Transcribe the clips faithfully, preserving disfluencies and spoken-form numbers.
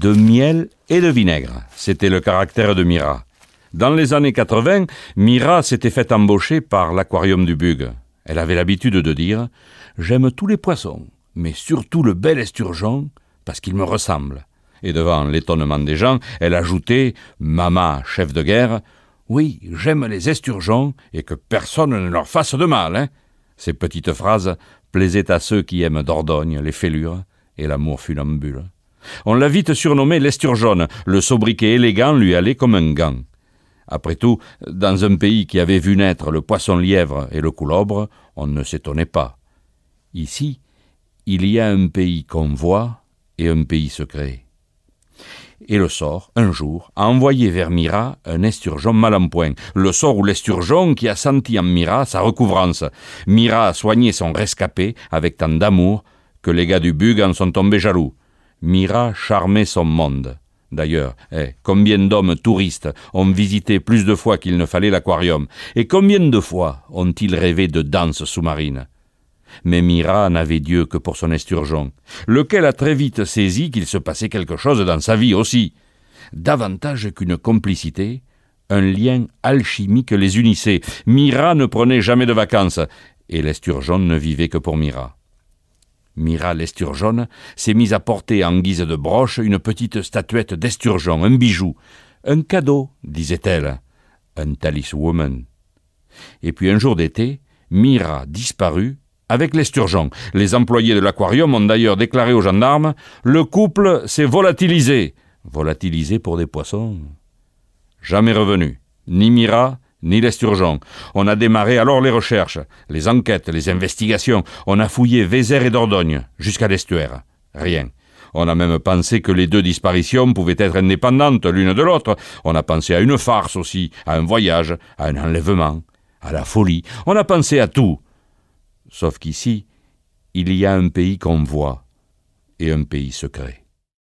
de miel et de vinaigre. C'était le caractère de Mira. Dans les années quatre-vingts, Mira s'était fait embaucher par l'aquarium du Bug. Elle avait l'habitude de dire « J'aime tous les poissons, mais surtout le bel esturgeon, parce qu'il me ressemble. » Et devant l'étonnement des gens, elle ajoutait « Mama, chef de guerre, oui, j'aime les esturgeons et que personne ne leur fasse de mal. Hein. » Ces petites phrases plaisaient à ceux qui aiment Dordogne, les fêlures et l'amour funambule. On l'a vite surnommé l'esturgeonne. Le sobriquet élégant lui allait comme un gant. Après tout, dans un pays qui avait vu naître le poisson-lièvre et le coulobre, on ne s'étonnait pas. Ici, il y a un pays qu'on voit et un pays secret. Et le sort, un jour, a envoyé vers Mira un esturgeon mal en point. Le sort ou l'esturgeon qui a senti en Mira sa recouvrance. Mira a soigné son rescapé avec tant d'amour que les gars du Bug en sont tombés jaloux. Mira charmait son monde. D'ailleurs, eh, combien d'hommes touristes ont visité plus de fois qu'il ne fallait l'aquarium, et combien de fois ont-ils rêvé de danses sous-marines? Mais Mira n'avait Dieu que pour son esturgeon, lequel a très vite saisi qu'il se passait quelque chose dans sa vie aussi. Davantage qu'une complicité, un lien alchimique les unissait. Mira ne prenait jamais de vacances, et l'esturgeon ne vivait que pour Mira. Mira l'esturgeon s'est mise à porter en guise de broche une petite statuette d'esturgeon, un bijou. Un cadeau, disait-elle, un taliswoman. Et puis un jour d'été, Mira disparut avec l'esturgeon. Les employés de l'aquarium ont d'ailleurs déclaré aux gendarmes « Le couple s'est volatilisé ». Volatilisé pour des poissons. Jamais revenu, ni Mira, ni l'esturgeon. On a démarré alors les recherches, les enquêtes, les investigations. On a fouillé Vézère et Dordogne, jusqu'à l'estuaire. Rien. On a même pensé que les deux disparitions pouvaient être indépendantes l'une de l'autre. On a pensé à une farce aussi, à un voyage, à un enlèvement, à la folie. On a pensé à tout. Sauf qu'ici, il y a un pays qu'on voit et un pays secret.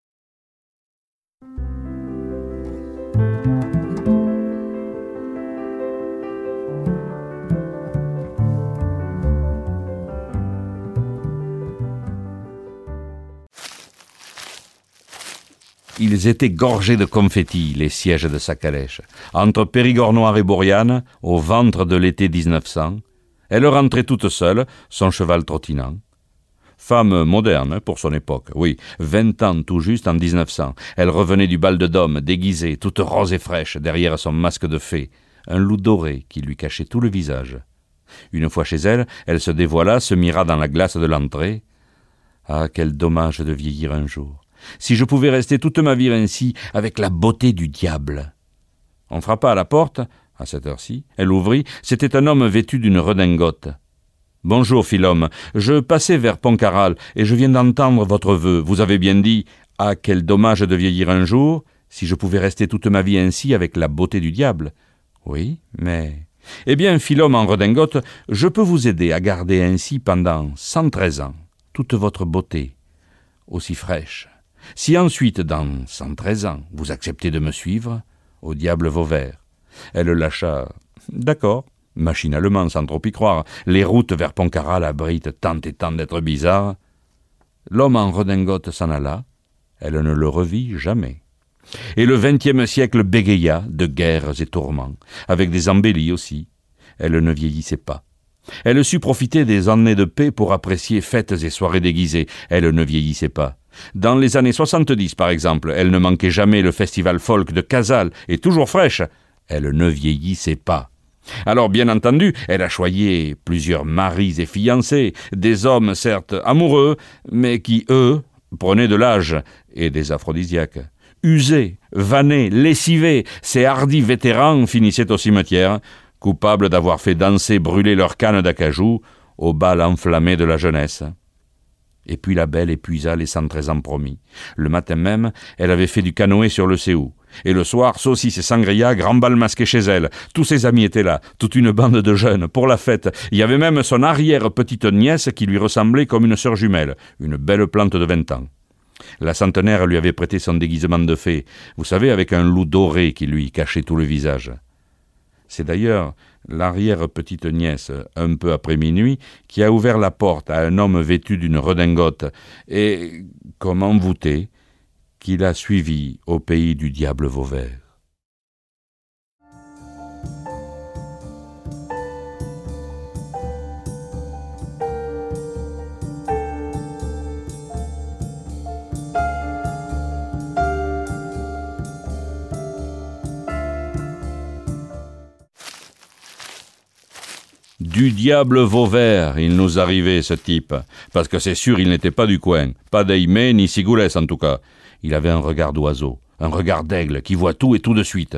Ils étaient gorgés de confettis, les sièges de sa calèche. Entre Périgord-Noir et Bourriane, au ventre de l'été dix-neuf cents, elle rentrait toute seule, son cheval trottinant. Femme moderne pour son époque, oui, vingt ans tout juste en dix-neuf cents. Elle revenait du bal de Dôme, déguisée, toute rose et fraîche, derrière son masque de fée, un loup doré qui lui cachait tout le visage. Une fois chez elle, elle se dévoila, se mira dans la glace de l'entrée. Ah, quel dommage de vieillir un jour. Si je pouvais rester toute ma vie ainsi, avec la beauté du diable. On frappa à la porte. À cette heure-ci, elle ouvrit. C'était un homme vêtu d'une redingote. « Bonjour, Philhomme. Je passais vers Pontcarral et je viens d'entendre votre vœu. Vous avez bien dit « Ah, quel dommage de vieillir un jour, si je pouvais rester toute ma vie ainsi avec la beauté du diable. » Oui, mais... Eh bien, Philhomme en redingote, je peux vous aider à garder ainsi pendant cent treize ans toute votre beauté, aussi fraîche. Si ensuite, dans cent treize ans, vous acceptez de me suivre, au diable vos vers. » Elle lâcha « D'accord », machinalement, sans trop y croire. Les routes vers Pontcarral abritent tant et tant d'êtres bizarres. L'homme en redingote s'en alla. Elle ne le revit jamais. Et le vingtième siècle bégaya de guerres et tourments, avec des embellis aussi. Elle ne vieillissait pas. Elle sut profiter des années de paix pour apprécier fêtes et soirées déguisées. Elle ne vieillissait pas. Dans les années soixante-dix, par exemple, elle ne manquait jamais le festival folk de Casals, et toujours fraîche. Elle ne vieillissait pas. Alors, bien entendu, elle a choyé plusieurs maris et fiancés, des hommes certes amoureux, mais qui, eux, prenaient de l'âge et des aphrodisiaques. Usés, vannés, lessivés, ces hardis vétérans finissaient au cimetière, coupables d'avoir fait danser brûler leur canne d'acajou au bal enflammé de la jeunesse. Et puis la belle épuisa les cent treize ans promis. Le matin même, elle avait fait du canoë sur le Séou. Et le soir, saucisses et sangria, grand bal masqué chez elle. Tous ses amis étaient là, toute une bande de jeunes, pour la fête. Il y avait même son arrière-petite-nièce qui lui ressemblait comme une sœur jumelle, une belle plante de vingt ans. La centenaire lui avait prêté son déguisement de fée, vous savez, avec un loup doré qui lui cachait tout le visage. C'est d'ailleurs l'arrière-petite-nièce, un peu après minuit, qui a ouvert la porte à un homme vêtu d'une redingote et, comme envoûté, qui l'a suivi au pays du diable Vauvert. Du diable Vauvert, il nous arrivait, ce type. Parce que c'est sûr, il n'était pas du coin. Pas d'Aimé, ni Cigoulès, en tout cas. Il avait un regard d'oiseau, un regard d'aigle, qui voit tout et tout de suite.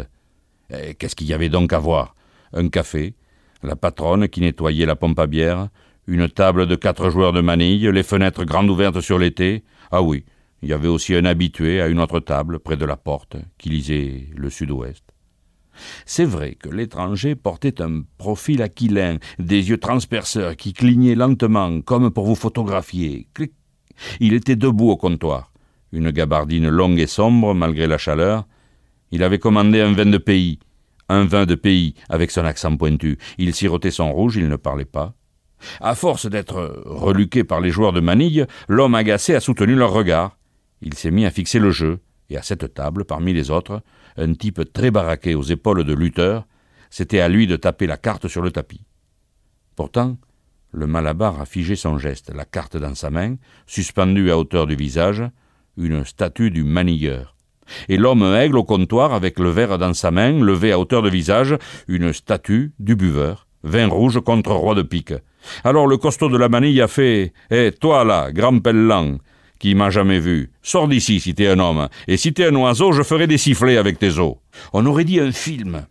Et qu'est-ce qu'il y avait donc à voir? Un café, la patronne qui nettoyait la pompe à bière, une table de quatre joueurs de manille, les fenêtres grandes ouvertes sur l'été. Ah oui, il y avait aussi un habitué à une autre table, près de la porte, qui lisait le sud-ouest. C'est vrai que l'étranger portait un profil aquilin, des yeux transperceurs qui clignaient lentement, comme pour vous photographier. Clic. Il était debout au comptoir, une gabardine longue et sombre malgré la chaleur. Il avait commandé un vin de pays, un vin de pays avec son accent pointu. Il sirotait son rouge, il ne parlait pas. À force d'être reluqué par les joueurs de manille, l'homme agacé a soutenu leur regard. Il s'est mis à fixer le jeu, et à cette table, parmi les autres, un type très baraqué aux épaules de lutteur, c'était à lui de taper la carte sur le tapis. Pourtant, le malabar a figé son geste, la carte dans sa main, suspendue à hauteur du visage, une statue du manilleur. Et l'homme aigle au comptoir, avec le verre dans sa main, levé à hauteur de visage, une statue du buveur, vin rouge contre roi de pique. Alors le costaud de la manille a fait « Eh, toi là, grand pellan !» qui m'a jamais vu. Sors d'ici si t'es un homme, et si t'es un oiseau, je ferai des sifflets avec tes os. On aurait dit un film.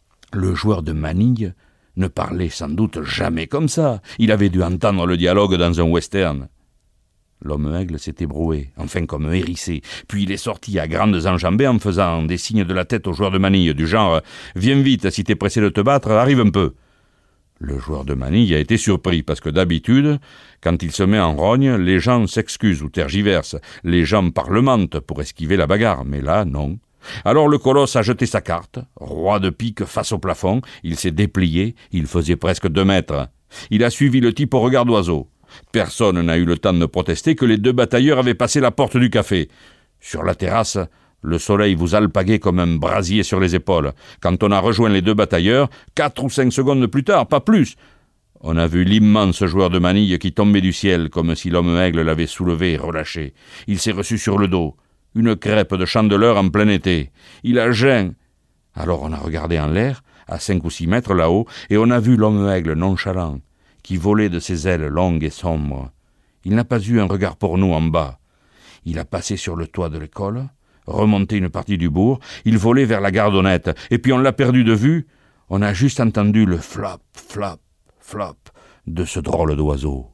Le joueur de manille ne parlait sans doute jamais comme ça. Il avait dû entendre le dialogue dans un western. L'homme aigle s'est ébroué, enfin comme hérissé, puis il est sorti à grandes enjambées en faisant des signes de la tête au joueur de manille, du genre « Viens vite, si t'es pressé de te battre, arrive un peu ». Le joueur de manille a été surpris, parce que d'habitude, quand il se met en rogne, les gens s'excusent ou tergiversent, les gens parlementent pour esquiver la bagarre, mais là, non. Alors le colosse a jeté sa carte, roi de pique face au plafond, il s'est déplié, il faisait presque deux mètres. Il a suivi le type au regard d'oiseau. Personne n'a eu le temps de protester que les deux batailleurs avaient passé la porte du café. Sur la terrasse, le soleil vous alpaguait comme un brasier sur les épaules. Quand on a rejoint les deux batailleurs, quatre ou cinq secondes plus tard, pas plus, on a vu l'immense joueur de manille qui tombait du ciel comme si l'homme aigle l'avait soulevé et relâché. Il s'est reçu sur le dos, une crêpe de chandeleur en plein été. Il a geint. Alors on a regardé en l'air, à cinq ou six mètres là-haut, et on a vu l'homme aigle nonchalant, qui volait de ses ailes longues et sombres. Il n'a pas eu un regard pour nous en bas. Il a passé sur le toit de l'école, remonté une partie du bourg, il volait vers la gardonnette, et puis on l'a perdu de vue. On a juste entendu le flap, flap, flap de ce drôle d'oiseau.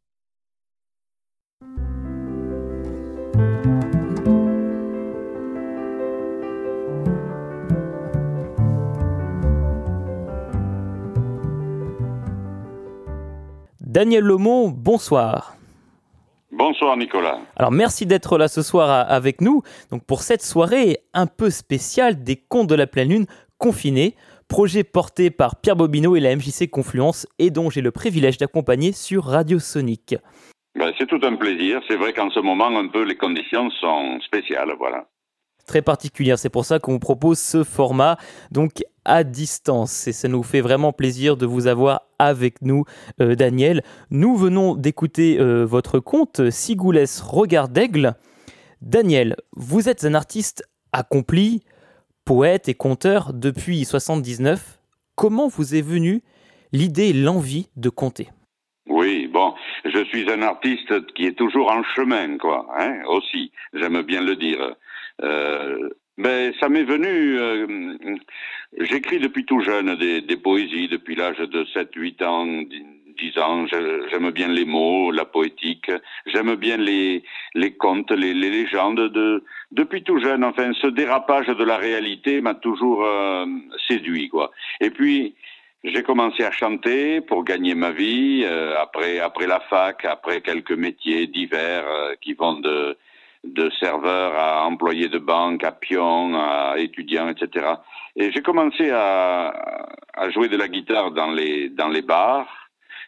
Daniel Lomont, bonsoir. Bonsoir Nicolas. Alors merci d'être là ce soir à, avec nous donc pour cette soirée un peu spéciale des Contes de la Pleine Lune confinés, projet porté par Pierre Bobineau et la M J C Confluence et dont j'ai le privilège d'accompagner sur Radio Sonic. Ben, c'est tout un plaisir, c'est vrai qu'en ce moment un peu les conditions sont spéciales, voilà. Très particulière, c'est pour ça qu'on vous propose ce format donc à distance et ça nous fait vraiment plaisir de vous avoir avec nous euh, Daniel. Nous venons d'écouter euh, votre conte Cigoulès Regard d'Aigle. Daniel, vous êtes un artiste accompli, poète et conteur depuis soixante-dix-neuf. Comment vous est venue l'idée et l'envie de conter ? Oui, bon, je suis un artiste qui est toujours en chemin, quoi, hein, aussi, j'aime bien le dire. Euh, mais ça m'est venu, euh, j'écris depuis tout jeune des, des poésies, depuis l'âge de sept huit ans, dix ans, j'aime bien les mots, la poétique, j'aime bien les, les contes, les, les légendes, de, depuis tout jeune, enfin, ce dérapage de la réalité m'a toujours euh, séduit, quoi. Et puis, j'ai commencé à chanter pour gagner ma vie, euh, après, après la fac, après quelques métiers divers euh, qui vont de... de serveur à employé de banque, à pion, à étudiant, et cetera. Et j'ai commencé à, à jouer de la guitare dans les, dans les bars.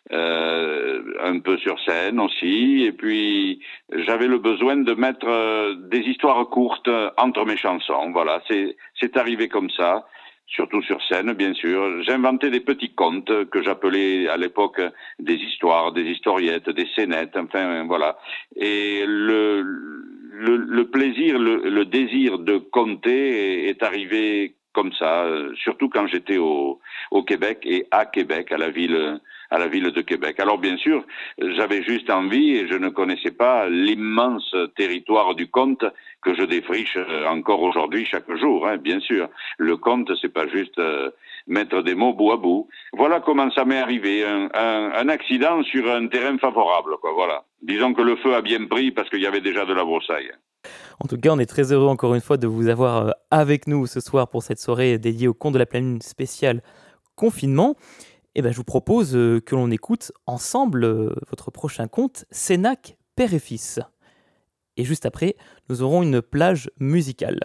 euh, un peu sur scène aussi. Et puis, j'avais le besoin de mettre euh, des histoires courtes entre mes chansons. Voilà, c'est, c'est arrivé comme ça. Surtout sur scène, bien sûr. J'inventais des petits contes que j'appelais à l'époque des histoires, des historiettes, des scénettes, enfin voilà. Et le, le, le plaisir, le, le désir de conter est arrivé comme ça, surtout quand j'étais au, au Québec et à Québec, à la ville, à la ville de Québec. Alors bien sûr, j'avais juste envie et je ne connaissais pas l'immense territoire du conte que je défriche encore aujourd'hui chaque jour, hein, bien sûr. Le conte, c'est pas juste euh, mettre des mots bout à bout. Voilà comment ça m'est arrivé, un, un, un accident sur un terrain favorable, quoi. Voilà. Disons que le feu a bien pris parce qu'il y avait déjà de la broussaille. En tout cas, on est très heureux encore une fois de vous avoir avec nous ce soir pour cette soirée dédiée au conte de la pleine lune spéciale confinement. Et ben, je vous propose que l'on écoute ensemble votre prochain conte, Sénac, père et fils. Et juste après, nous aurons une plage musicale.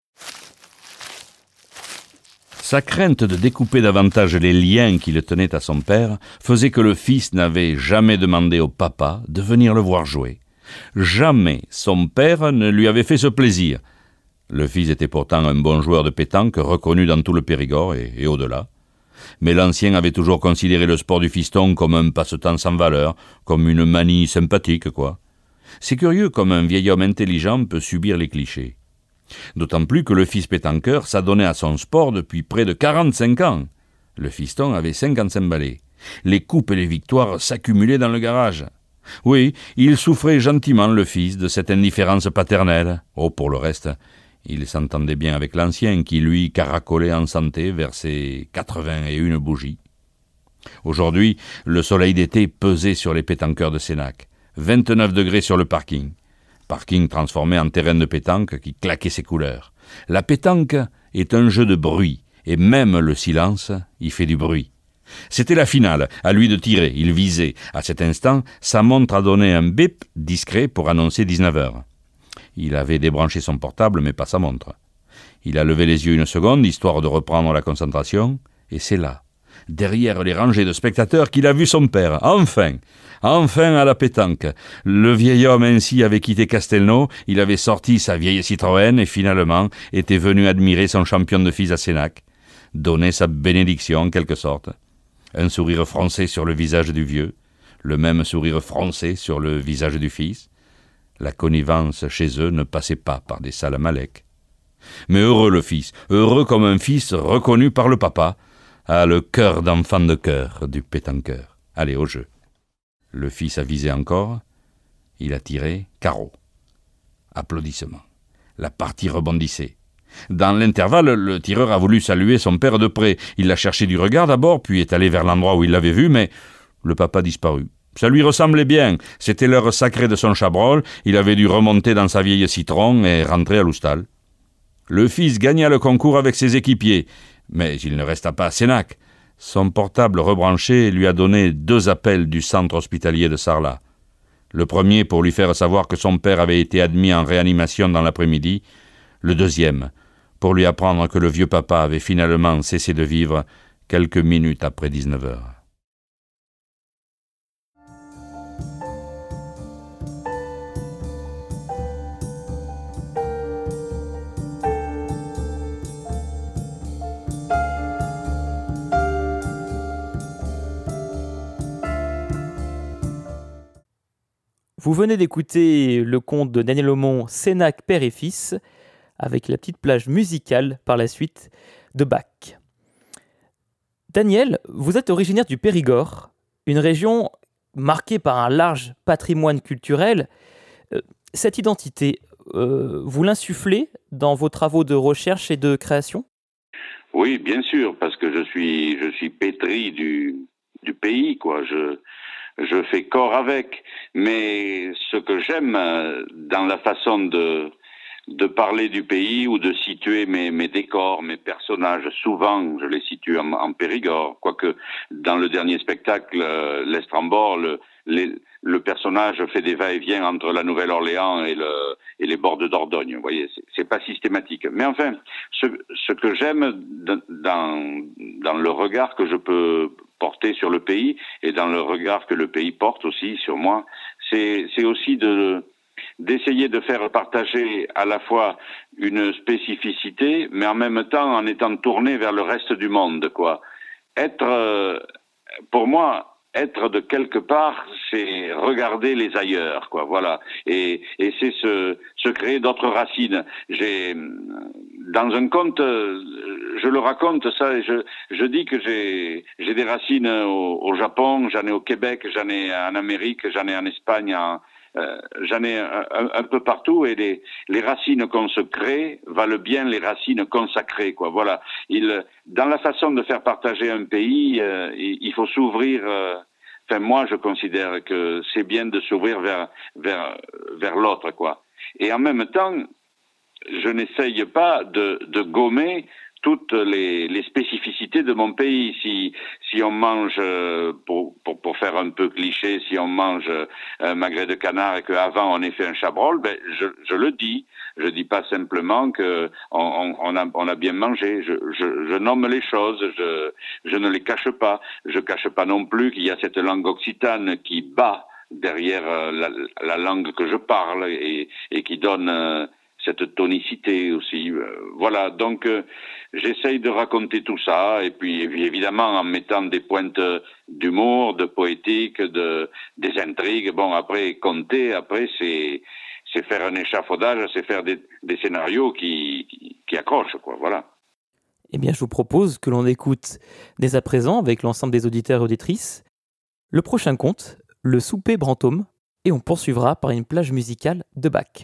Sa crainte de découper davantage les liens qui le tenaient à son père faisait que le fils n'avait jamais demandé au papa de venir le voir jouer. Jamais son père ne lui avait fait ce plaisir. Le fils était pourtant un bon joueur de pétanque, reconnu dans tout le Périgord et, et au-delà. Mais l'ancien avait toujours considéré le sport du fiston comme un passe-temps sans valeur, comme une manie sympathique, quoi. C'est curieux comme un vieil homme intelligent peut subir les clichés. D'autant plus que le fils pétanqueur s'adonnait à son sport depuis près de quarante-cinq ans. Le fiston avait cinquante-cinq balais. Les coupes et les victoires s'accumulaient dans le garage. Oui, il souffrait gentiment, le fils, de cette indifférence paternelle. Oh, pour le reste, il s'entendait bien avec l'ancien, qui, lui, caracolait en santé vers ses quatre-vingt-un bougies. Aujourd'hui, le soleil d'été pesait sur les pétanqueurs de Sénac. vingt-neuf degrés sur le parking. Parking transformé en terrain de pétanque qui claquait ses couleurs. La pétanque est un jeu de bruit, et même le silence y fait du bruit. C'était la finale, à lui de tirer, il visait. À cet instant, sa montre a donné un bip discret pour annoncer dix-neuf heures. Il avait débranché son portable, mais pas sa montre. Il a levé les yeux une seconde, histoire de reprendre la concentration, et c'est là, derrière les rangées de spectateurs, qu'il a vu son père. Enfin, enfin à la pétanque. Le vieil homme ainsi avait quitté Castelnau, il avait sorti sa vieille Citroën et finalement était venu admirer son champion de fils à Sénac, donner sa bénédiction en quelque sorte. Un sourire froncé sur le visage du vieux, le même sourire froncé sur le visage du fils. La connivence chez eux ne passait pas par des salamalek. Mais heureux le fils, heureux comme un fils reconnu par le papa, a le cœur d'enfant de cœur du pétanqueur. Allez, au jeu. Le fils a visé encore, il a tiré carreau. Applaudissements. La partie rebondissait. Dans l'intervalle, le tireur a voulu saluer son père de près. Il l'a cherché du regard d'abord, puis est allé vers l'endroit où il l'avait vu, mais le papa disparut. Ça lui ressemblait bien. C'était l'heure sacrée de son chabrol. Il avait dû remonter dans sa vieille citron et rentrer à l'Oustal. Le fils gagna le concours avec ses équipiers, mais il ne resta pas à Sénac. Son portable rebranché lui a donné deux appels du centre hospitalier de Sarlat. Le premier pour lui faire savoir que son père avait été admis en réanimation dans l'après-midi. Le deuxième pour lui apprendre que le vieux papa avait finalement cessé de vivre quelques minutes après dix-neuf heures. Vous venez d'écouter le conte de Daniel Aumont, Sénac, père et fils, avec la petite plage musicale par la suite de Bach. Daniel, vous êtes originaire du Périgord, une région marquée par un large patrimoine culturel. Euh, cette identité, euh, vous l'insufflez dans vos travaux de recherche et de création ? Oui, bien sûr, parce que je suis, je suis pétri du, du pays, quoi. Je, je fais corps avec. Mais ce que j'aime dans la façon de, de parler du pays ou de situer mes, mes décors, mes personnages, souvent je les situe en, en Périgord, quoique dans le dernier spectacle, euh, l'Estrambord, le, les, le personnage fait des va-et-vient entre la Nouvelle-Orléans et, le, et les bords de Dordogne. Vous voyez, c'est, c'est pas systématique. Mais enfin, ce, ce que j'aime dans, dans le regard que je peux porter sur le pays et dans le regard que le pays porte aussi sur moi. C'est, c'est aussi de, d'essayer de faire partager à la fois une spécificité, mais en même temps en étant tourné vers le reste du monde, quoi. Être, euh, pour moi, être de quelque part, c'est regarder les ailleurs, quoi. Voilà, et, et c'est se, se créer d'autres racines. J'ai, dans un conte, je le raconte ça, et je, je dis que j'ai, j'ai des racines au, au Japon, j'en ai au Québec, j'en ai en Amérique, j'en ai en Espagne, en, euh, j'en ai un, un, un peu partout, et les, les racines qu'on se crée valent bien les racines consacrées, quoi. Voilà. Il, dans la façon de faire partager un pays, euh, il, il faut s'ouvrir. Euh, enfin, moi, je considère que c'est bien de s'ouvrir vers vers vers l'autre, quoi. Et en même temps, je n'essaye pas de, de gommer toutes les, les spécificités de mon pays. Si, si on mange, pour, pour, pour faire un peu cliché, si on mange un magret de canard et qu'avant on ait fait un chabrol, ben je, je le dis. Je dis pas simplement que on, on, a, on a bien mangé. Je, je, je nomme les choses. Je, je ne les cache pas. Je cache pas non plus qu'il y a cette langue occitane qui bat derrière la, la langue que je parle et, et qui donne euh, cette tonicité aussi. Euh, voilà, donc euh, j'essaye de raconter tout ça, et puis évidemment en mettant des pointes d'humour, de poétique, de, des intrigues. Bon, après, conter, après, c'est, c'est faire un échafaudage, c'est faire des, des scénarios qui, qui, qui accrochent, quoi, voilà. Eh bien, je vous propose que l'on écoute dès à présent, avec l'ensemble des auditeurs et auditrices, le prochain conte, Le souper Brantôme, et on poursuivra par une plage musicale de Bach.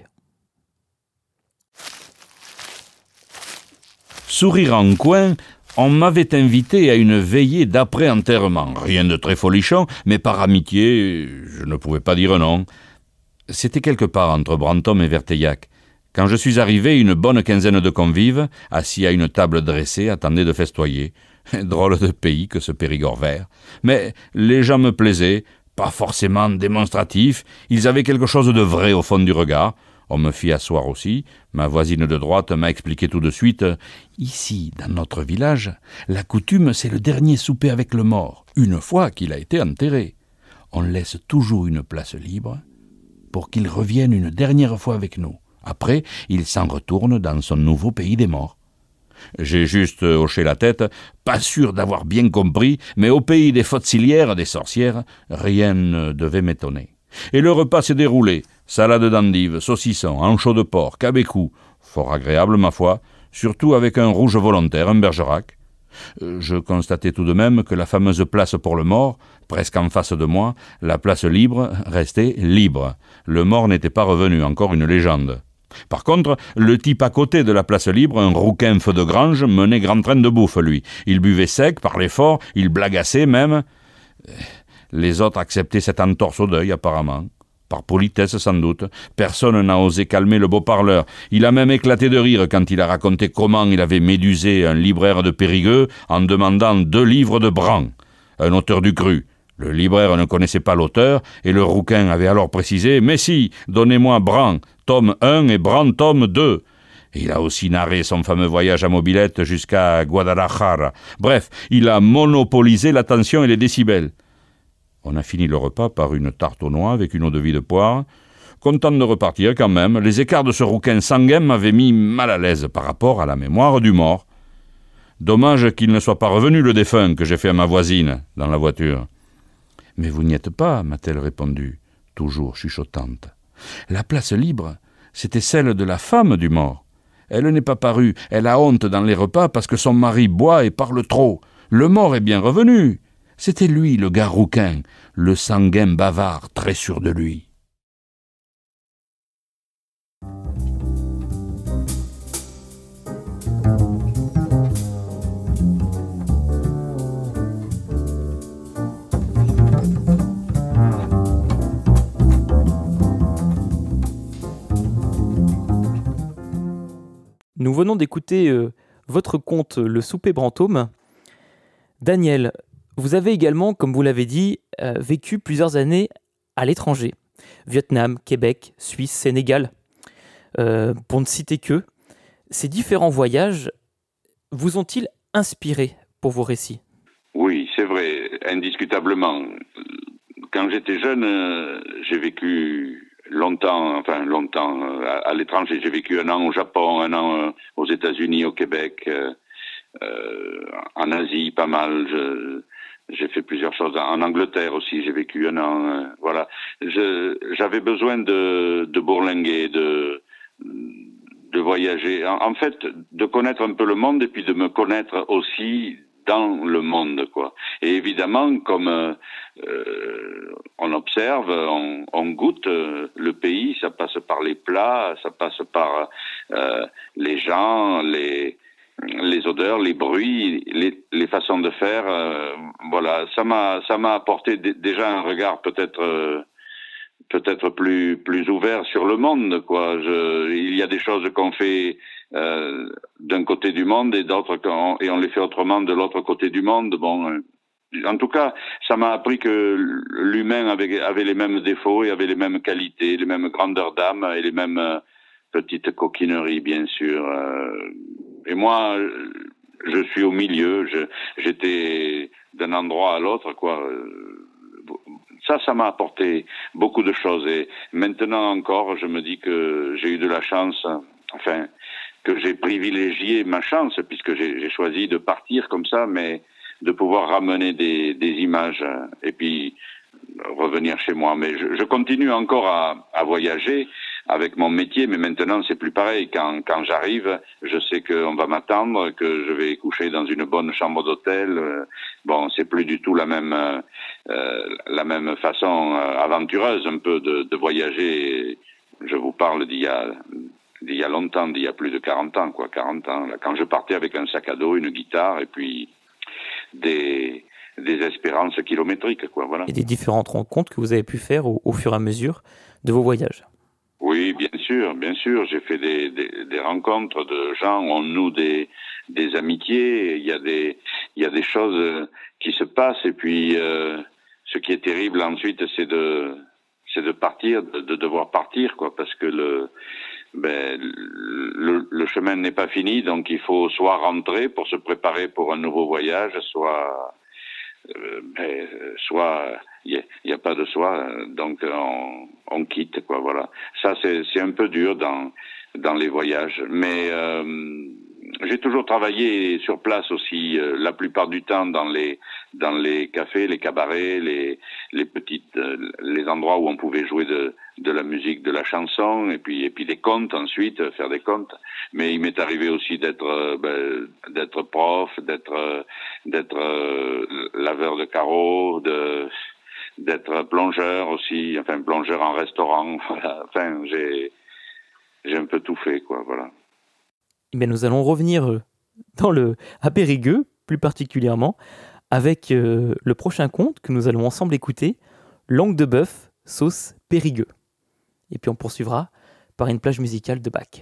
Sourire en coin, on m'avait invité à une veillée d'après-enterrement. Rien de très folichon, mais par amitié, je ne pouvais pas dire non. C'était quelque part entre Brantôme et Verteillac. Quand je suis arrivé, une bonne quinzaine de convives, assis à une table dressée, attendaient de festoyer. Drôle de pays que ce Périgord vert. Mais les gens me plaisaient, pas forcément démonstratifs, ils avaient quelque chose de vrai au fond du regard. On me fit asseoir aussi. Ma voisine de droite m'a expliqué tout de suite « Ici, dans notre village, la coutume, c'est le dernier souper avec le mort, une fois qu'il a été enterré. On laisse toujours une place libre pour qu'il revienne une dernière fois avec nous. Après, il s'en retourne dans son nouveau pays des morts. » J'ai juste hoché la tête, pas sûr d'avoir bien compris, mais au pays des fautecilières, des sorcières, rien ne devait m'étonner. Et le repas s'est déroulé. Salade d'endives, saucisson, anchois de porc, cabécou. Fort agréable, ma foi, surtout avec un rouge volontaire, un bergerac. Je constatais tout de même que la fameuse place pour le mort, presque en face de moi, la place libre, restait libre. Le mort n'était pas revenu, encore une légende. Par contre, le type à côté de la place libre, un rouquin feu de grange, menait grand train de bouffe, lui. Il buvait sec, parlait fort, il blagassait même. Les autres acceptaient cette entorse au deuil, apparemment. Par politesse, sans doute. Personne n'a osé calmer le beau parleur. Il a même éclaté de rire quand il a raconté comment il avait médusé un libraire de Périgueux en demandant deux livres de Bran, un auteur du cru. Le libraire ne connaissait pas l'auteur, et le rouquin avait alors précisé « Mais si, donnez-moi Bran, tome un et Bran, tome deux ». Il a aussi narré son fameux voyage à mobilette jusqu'à Guadalajara. Bref, il a monopolisé l'attention et les décibels. On a fini le repas par une tarte aux noix avec une eau-de-vie de poire. Content de repartir quand même, les écarts de ce rouquin sanguin m'avaient mis mal à l'aise par rapport à la mémoire du mort. Dommage qu'il ne soit pas revenu, le défunt, que j'ai fait à ma voisine, dans la voiture. « Mais vous n'y êtes pas, m'a-t-elle répondu, toujours chuchotante. La place libre, c'était celle de la femme du mort. Elle n'est pas parue, elle a honte dans les repas parce que son mari boit et parle trop. Le mort est bien revenu. C'était lui, le gars rouquin, le sanguin bavard, très sûr de lui. » Nous venons d'écouter euh, votre conte Le souper Brantôme. Daniel, vous avez également, comme vous l'avez dit, euh, vécu plusieurs années à l'étranger. Vietnam, Québec, Suisse, Sénégal, euh, pour ne citer que. Ces différents voyages vous ont-ils inspiré pour vos récits ? Oui, c'est vrai. indiscutablement. Quand j'étais jeune, euh, j'ai vécu longtemps, enfin longtemps euh, à, à l'étranger. J'ai vécu un an au Japon, un an euh, aux États-Unis, au Québec, euh, euh, en Asie, pas mal. Je, j'ai fait plusieurs choses. En Angleterre aussi, j'ai vécu un an. Euh, voilà. Je, j'avais besoin de, de bourlinguer, de de voyager. En, en fait, de connaître un peu le monde et puis de me connaître aussi dans le monde, quoi. Et évidemment, comme euh, euh, on observe, on, on goûte euh, le pays, ça passe par les plats, ça passe par euh, les gens, les les odeurs, les bruits, les, les façons de faire. Euh, voilà, ça m'a ça m'a apporté d- déjà un regard peut-être euh, peut-être plus plus ouvert sur le monde, quoi. Je, il y a des choses qu'on fait euh, d'un côté du monde et d'autres qu'on, et on les fait autrement de l'autre côté du monde. Bon, euh, en tout cas, ça m'a appris que l'humain avait avait les mêmes défauts et avait les mêmes qualités, les mêmes grandeurs d'âme et les mêmes euh, petites coquineries, bien sûr. Euh, et moi, je suis au milieu. Je, j'étais d'un endroit à l'autre, quoi. Ça, ça m'a apporté beaucoup de choses. Et maintenant encore, je me dis que j'ai eu de la chance, enfin, que j'ai privilégié ma chance, puisque j'ai, j'ai choisi de partir comme ça, mais de pouvoir ramener des, des images et puis revenir chez moi. Mais je, je continue encore à, à voyager avec mon métier, mais maintenant c'est plus pareil. Quand, quand j'arrive, je sais qu'on va m'attendre, que je vais coucher dans une bonne chambre d'hôtel. Bon, c'est plus du tout la même euh, la même façon euh, aventureuse un peu de, de voyager. Je vous parle d'il y a d'il y a longtemps, d'il y a plus de quarante ans, quoi, quarante ans. Là, quand je partais avec un sac à dos, une guitare et puis des des espérances kilométriques, quoi, voilà. Et des différentes rencontres que vous avez pu faire au, au fur et à mesure de vos voyages. Oui, bien sûr, bien sûr. J'ai fait des, des, des rencontres de gens, on noue des, des amitiés. Il y a des, il y a des choses qui se passent. Et puis, euh, ce qui est terrible ensuite, c'est de, c'est de partir, de, de devoir partir, quoi, parce que le, ben, le, le chemin n'est pas fini. Donc, il faut soit rentrer pour se préparer pour un nouveau voyage, soit, euh, ben, soit il n'y a, a pas de soi, donc on, on quitte, quoi, voilà. Ça, c'est, c'est un peu dur dans, dans les voyages, mais euh, j'ai toujours travaillé sur place aussi, euh, la plupart du temps dans les, dans les cafés, les cabarets, les, les petites, euh, les endroits où on pouvait jouer de, de la musique, de la chanson, et puis, et puis des contes ensuite, faire des contes. Mais il m'est arrivé aussi d'être, euh, ben, d'être prof, d'être, euh, d'être euh, laveur de carreaux, de d'être plongeur aussi, enfin plongeur en restaurant, voilà. Enfin, j'ai, j'ai un peu tout fait, quoi, voilà. Eh bien, nous allons revenir dans le, à Périgueux, plus particulièrement, avec euh, le prochain conte que nous allons ensemble écouter, Langue de bœuf, sauce Périgueux. Et puis on poursuivra par une plage musicale de Bach.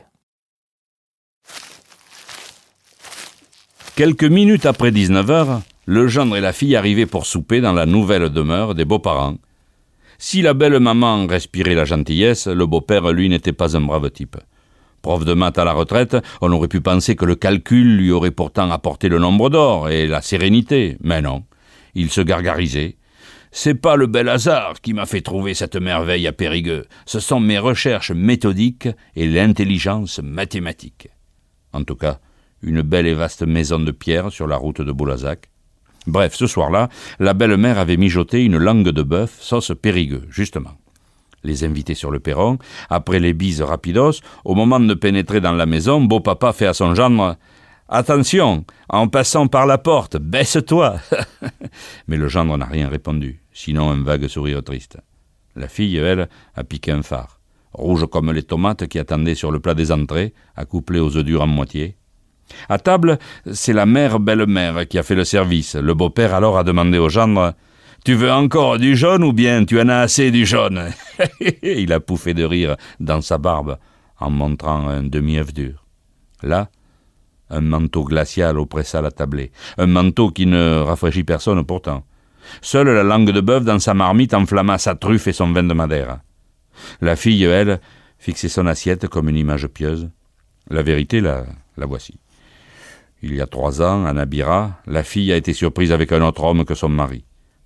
Quelques minutes après dix-neuf heures, le gendre et la fille arrivaient pour souper dans la nouvelle demeure des beaux-parents. Si la belle maman respirait la gentillesse, le beau-père, lui, n'était pas un brave type. Prof de maths à la retraite, on aurait pu penser que le calcul lui aurait pourtant apporté le nombre d'or et la sérénité. Mais non, il se gargarisait. « C'est pas le bel hasard qui m'a fait trouver cette merveille à Périgueux. Ce sont mes recherches méthodiques et l'intelligence mathématique. » En tout cas, une belle et vaste maison de pierre sur la route de Boulazac. Bref, ce soir-là, la belle-mère avait mijoté une langue de bœuf, sauce Périgueux, justement. Les invités sur le perron, après les bises rapidos, au moment de pénétrer dans la maison, beau papa fait à son gendre « Attention, en passant par la porte, baisse-toi » Mais le gendre n'a rien répondu, sinon un vague sourire triste. La fille, elle, a piqué un phare, rouge comme les tomates qui attendaient sur le plat des entrées, accouplées aux œufs durs en moitié. À table, c'est la mère belle-mère qui a fait le service. Le beau-père alors a demandé au gendre « Tu veux encore du jaune ou bien tu en as assez du jaune ?» Il a pouffé de rire dans sa barbe en montrant un demi-œuf dur. Là, un manteau glacial oppressa la tablée, un manteau qui ne rafraîchit personne pourtant. Seule la langue de bœuf dans sa marmite enflamma sa truffe et son vin de Madère. La fille, elle, fixait son assiette comme une image pieuse. La vérité, la, la voici. Il y a trois ans, à Nabira, la fille a été surprise avec un autre homme que son mari.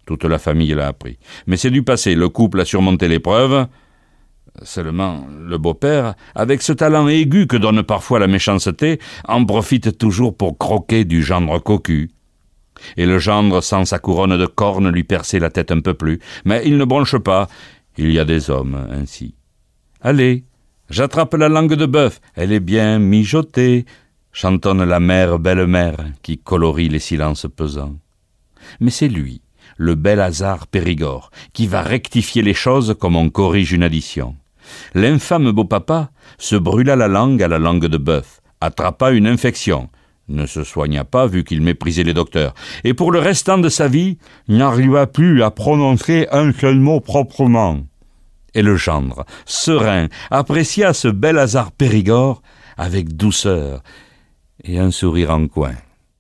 Toute la famille l'a appris. Mais c'est du passé, le couple a surmonté l'épreuve. Seulement, le beau-père, avec ce talent aigu que donne parfois la méchanceté, en profite toujours pour croquer du gendre cocu. Et le gendre, sans sa couronne de cornes, lui perçait la tête un peu plus. Mais il ne bronche pas. Il y a des hommes ainsi. Allez, j'attrape la langue de bœuf. Elle est bien mijotée, chantonne la mère belle-mère qui colorie les silences pesants. Mais c'est lui, le bel hasard Périgord, qui va rectifier les choses comme on corrige une addition. L'infâme beau-papa se brûla la langue à la langue de bœuf, attrapa une infection, ne se soigna pas vu qu'il méprisait les docteurs, et pour le restant de sa vie, n'arriva plus à prononcer un seul mot proprement. Et le gendre, serein, apprécia ce bel hasard Périgord avec douceur et un sourire en coin.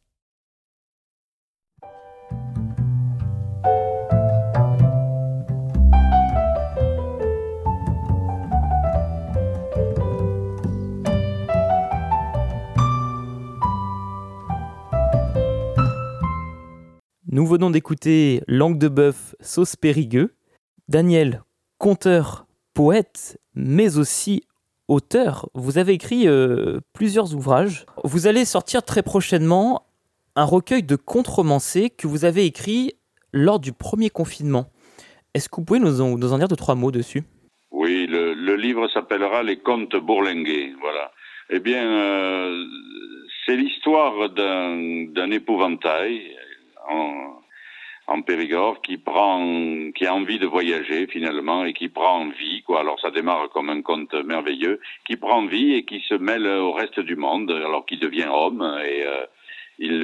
Nous venons d'écouter Langue de bœuf, sauce Périgueux. Daniel, conteur, poète, mais aussi auteur, vous avez écrit euh, plusieurs ouvrages. Vous allez sortir très prochainement un recueil de contes romancés que vous avez écrit lors du premier confinement. Est-ce que vous pouvez nous en, nous en dire deux, trois mots dessus ? Oui, le, le livre s'appellera Les Contes bourlingués, voilà. Eh bien, euh, c'est l'histoire d'un, d'un épouvantail en, en Périgord qui prend, qui a envie de voyager finalement et qui prend vie, quoi. Alors ça démarre comme un conte merveilleux, qui prend vie et qui se mêle au reste du monde, alors qu'il devient homme et euh, il,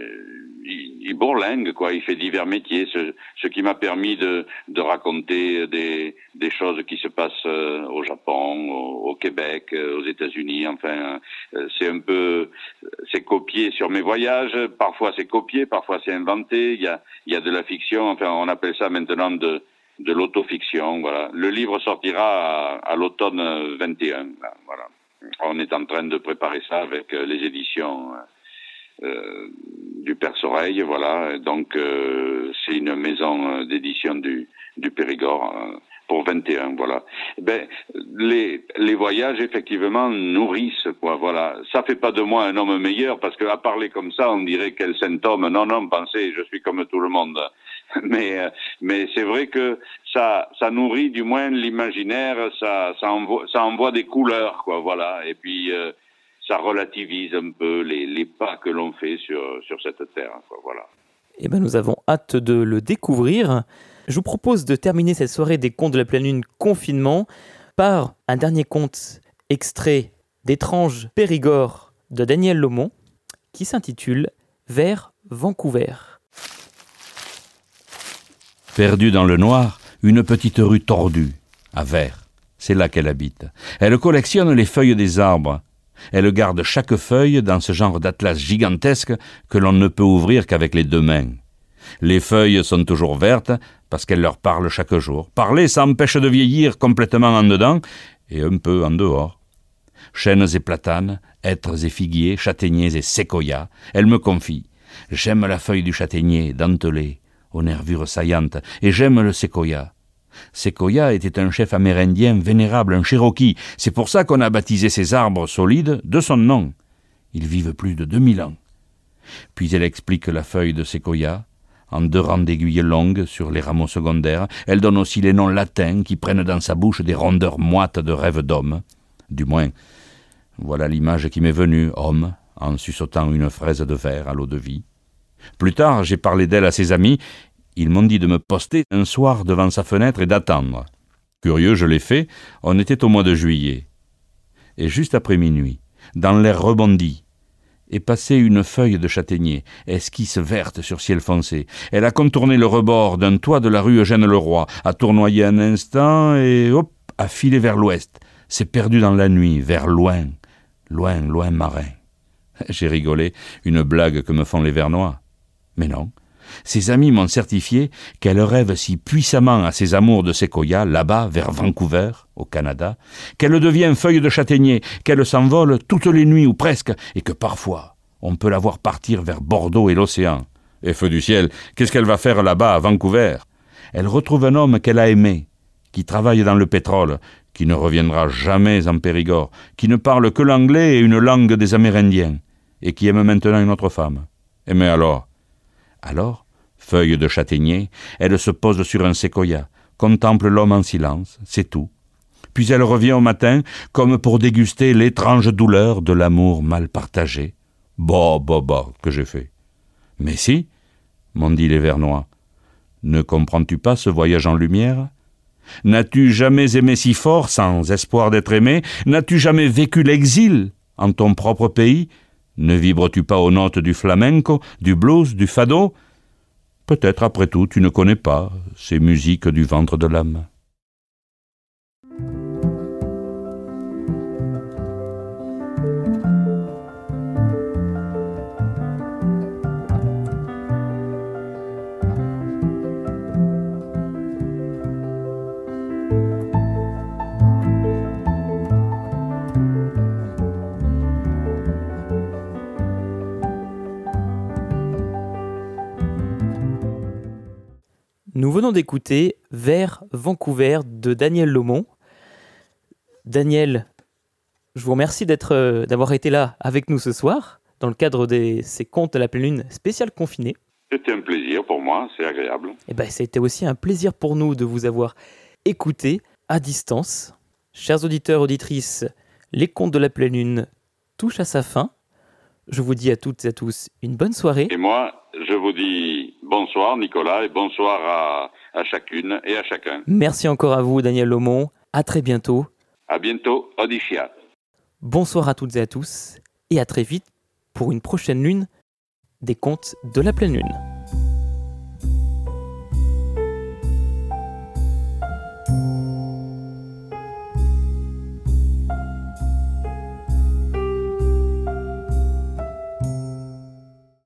il, il bourlingue, quoi. Il fait divers métiers, ce, ce qui m'a permis de, de raconter des, des choses qui se passent au Japon, au, au Québec, aux États-Unis. Enfin, c'est un peu, c'est copié sur mes voyages. Parfois c'est copié, parfois c'est inventé. Il y a, il y a de la fiction. Enfin, on appelle ça maintenant de, de l'autofiction. Voilà. Le livre sortira à, à l'automne vingt et un. Voilà. On est en train de préparer ça avec les éditions Euh, du Père Soreille, voilà. Donc euh, c'est une maison d'édition du, du Périgord euh, pour vingt et un, voilà. Ben les les voyages effectivement nourrissent, quoi. Voilà. Ça fait pas de moi un homme meilleur parce que à parler comme ça, on dirait quel saint homme. Non, non, pensez, je suis comme tout le monde. Mais euh, mais c'est vrai que ça ça nourrit du moins l'imaginaire, ça ça envoie ça envoie des couleurs, quoi. Voilà. Et puis euh, ça relativise un peu les, les pas que l'on fait sur, sur cette terre, quoi, voilà. Eh ben, nous avons hâte de le découvrir. Je vous propose de terminer cette soirée des contes de la pleine lune confinement par un dernier conte extrait d'Étrange Périgord de Daniel Laumont qui s'intitule Vers Vancouver. Perdue dans le noir, une petite rue tordue, à Vers. C'est là qu'elle habite. Elle collectionne les feuilles des arbres. Elle garde chaque feuille dans ce genre d'atlas gigantesque que l'on ne peut ouvrir qu'avec les deux mains. Les feuilles sont toujours vertes parce qu'elle leur parle chaque jour. Parler, ça empêche de vieillir complètement en dedans et un peu en dehors. Chênes et platanes, hêtres et figuiers, châtaigniers et séquoias, elle me confie. J'aime la feuille du châtaignier, dentelée, aux nervures saillantes, et j'aime le séquoia. Séquoia était un chef amérindien vénérable, un Cherokee. C'est pour ça qu'on a baptisé ces arbres solides de son nom. Ils vivent plus de deux mille ans. Puis elle explique la feuille de séquoia, en deux rangs d'aiguilles longues sur les rameaux secondaires. Elle donne aussi les noms latins qui prennent dans sa bouche des rondeurs moites de rêve d'homme. Du moins, voilà l'image qui m'est venue, homme, en suçotant une fraise de verre à l'eau de vie. Plus tard, j'ai parlé d'elle à ses amis. Ils m'ont dit de me poster un soir devant sa fenêtre et d'attendre. Curieux, je l'ai fait, on était au mois de juillet. Et juste après minuit, dans l'air rebondi, est passée une feuille de châtaignier, esquisse verte sur ciel foncé. Elle a contourné le rebord d'un toit de la rue Eugène-Leroy, a tournoyé un instant et hop, a filé vers l'ouest. S'est perdue dans la nuit, vers loin, loin, loin marin. J'ai rigolé, une blague que me font les Vernois. Mais non. Ses amis m'ont certifié qu'elle rêve si puissamment à ses amours de séquoia, là-bas, vers Vancouver, au Canada, qu'elle devient feuille de châtaignier, qu'elle s'envole toutes les nuits ou presque, et que parfois, on peut la voir partir vers Bordeaux et l'océan. Et feu du ciel, qu'est-ce qu'elle va faire là-bas, à Vancouver? Elle retrouve un homme qu'elle a aimé, qui travaille dans le pétrole, qui ne reviendra jamais en Périgord, qui ne parle que l'anglais et une langue des Amérindiens, et qui aime maintenant une autre femme. Et mais alors? Alors, feuille de châtaignier, elle se pose sur un séquoia, contemple l'homme en silence, c'est tout. Puis elle revient au matin, comme pour déguster l'étrange douleur de l'amour mal partagé. Bah, bah, bah, que j'ai fait. Mais si, m'ont dit les Vernois. Ne comprends-tu pas ce voyage en lumière? N'as-tu jamais aimé si fort, sans espoir d'être aimé? N'as-tu jamais vécu l'exil en ton propre pays? Ne vibres-tu pas aux notes du flamenco, du blues, du fado? Peut-être, après tout, tu ne connais pas ces musiques du ventre de l'âme. Nous venons d'écouter Vers Vancouver de Daniel Lomont. Daniel, je vous remercie d'être, euh, d'avoir été là avec nous ce soir, dans le cadre de ces contes de la pleine lune spécial confiné. C'était un plaisir pour moi, c'est agréable. Et ben, c'était aussi un plaisir pour nous de vous avoir écouté à distance. Chers auditeurs, auditrices, les contes de la pleine lune touchent à sa fin. Je vous dis à toutes et à tous une bonne soirée. Et moi, je vous dis bonsoir Nicolas et bonsoir à, à chacune et à chacun. Merci encore à vous Daniel Lomont. À très bientôt. À bientôt, Odyssia. Bonsoir à toutes et à tous et à très vite pour une prochaine lune des contes de la pleine lune.